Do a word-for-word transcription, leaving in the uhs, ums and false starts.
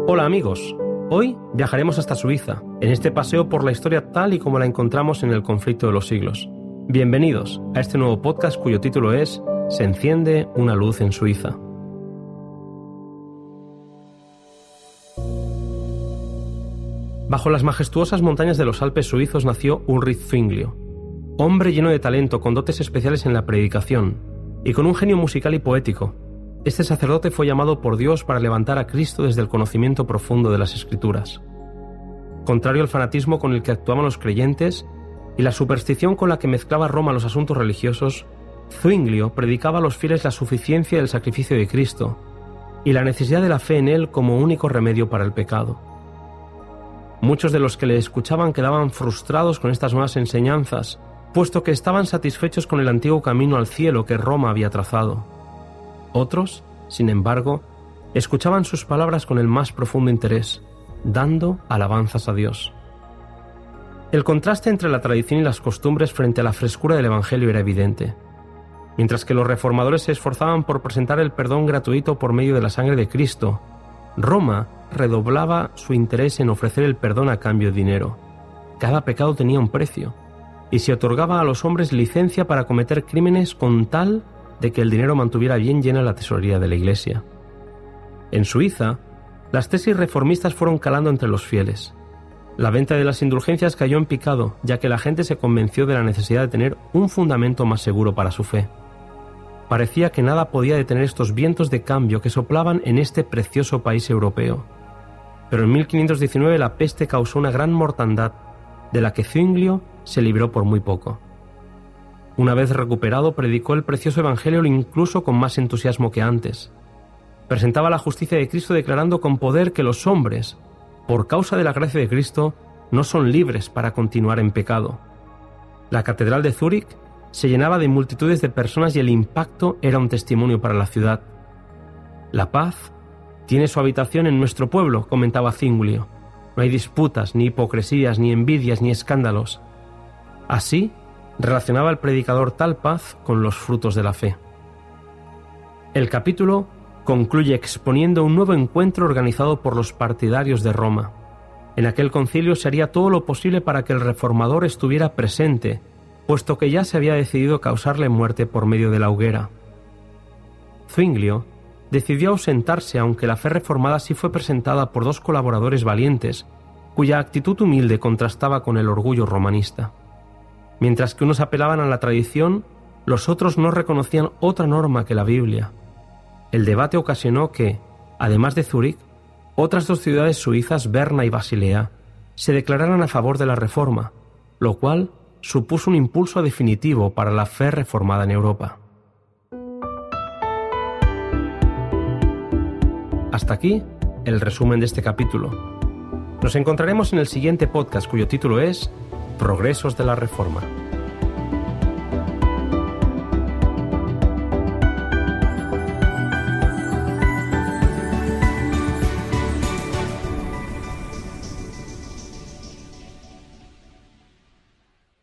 Hola amigos, hoy viajaremos hasta Suiza, en este paseo por la historia tal y como la encontramos en el conflicto de los siglos. Bienvenidos a este nuevo podcast cuyo título es Se enciende una luz en Suiza. Bajo las majestuosas montañas de los Alpes suizos nació Ulrich Zwinglio, hombre lleno de talento, con dotes especiales en la predicación y con un genio musical y poético. Este sacerdote fue llamado por Dios para levantar a Cristo desde el conocimiento profundo de las Escrituras. Contrario al fanatismo con el que actuaban los creyentes y la superstición con la que mezclaba Roma los asuntos religiosos, Zwinglio predicaba a los fieles la suficiencia del sacrificio de Cristo y la necesidad de la fe en él como único remedio para el pecado. Muchos de los que le escuchaban quedaban frustrados con estas nuevas enseñanzas, puesto que estaban satisfechos con el antiguo camino al cielo que Roma había trazado. Otros, sin embargo, escuchaban sus palabras con el más profundo interés, dando alabanzas a Dios. El contraste entre la tradición y las costumbres frente a la frescura del Evangelio era evidente. Mientras que los reformadores se esforzaban por presentar el perdón gratuito por medio de la sangre de Cristo, Roma redoblaba su interés en ofrecer el perdón a cambio de dinero. Cada pecado tenía un precio, y se otorgaba a los hombres licencia para cometer crímenes con tal de que el dinero mantuviera bien llena la tesorería de la Iglesia. En Suiza, las tesis reformistas fueron calando entre los fieles. La venta de las indulgencias cayó en picado, ya que la gente se convenció de la necesidad de tener un fundamento más seguro para su fe. Parecía que nada podía detener estos vientos de cambio que soplaban en este precioso país europeo. Pero en mil quinientos diecinueve la peste causó una gran mortandad, de la que Zwinglio se libró por muy poco. Una vez recuperado, predicó el precioso Evangelio incluso con más entusiasmo que antes. Presentaba la justicia de Cristo declarando con poder que los hombres, por causa de la gracia de Cristo, no son libres para continuar en pecado. La catedral de Zúrich se llenaba de multitudes de personas y el impacto era un testimonio para la ciudad. La paz tiene su habitación en nuestro pueblo, comentaba Zwinglio. No hay disputas, ni hipocresías, ni envidias, ni escándalos. Así, relacionaba el predicador tal paz con los frutos de la fe. El capítulo concluye exponiendo un nuevo encuentro organizado por los partidarios de Roma. En aquel concilio se haría todo lo posible para que el reformador estuviera presente, puesto que ya se había decidido causarle muerte por medio de la hoguera. Zwinglio decidió ausentarse, aunque la fe reformada sí fue presentada por dos colaboradores valientes, cuya actitud humilde contrastaba con el orgullo romanista. Mientras que unos apelaban a la tradición, los otros no reconocían otra norma que la Biblia. El debate ocasionó que, además de Zúrich, otras dos ciudades suizas, Berna y Basilea, se declararan a favor de la reforma, lo cual supuso un impulso definitivo para la fe reformada en Europa. Hasta aquí el resumen de este capítulo. Nos encontraremos en el siguiente podcast cuyo título es Progresos de la Reforma.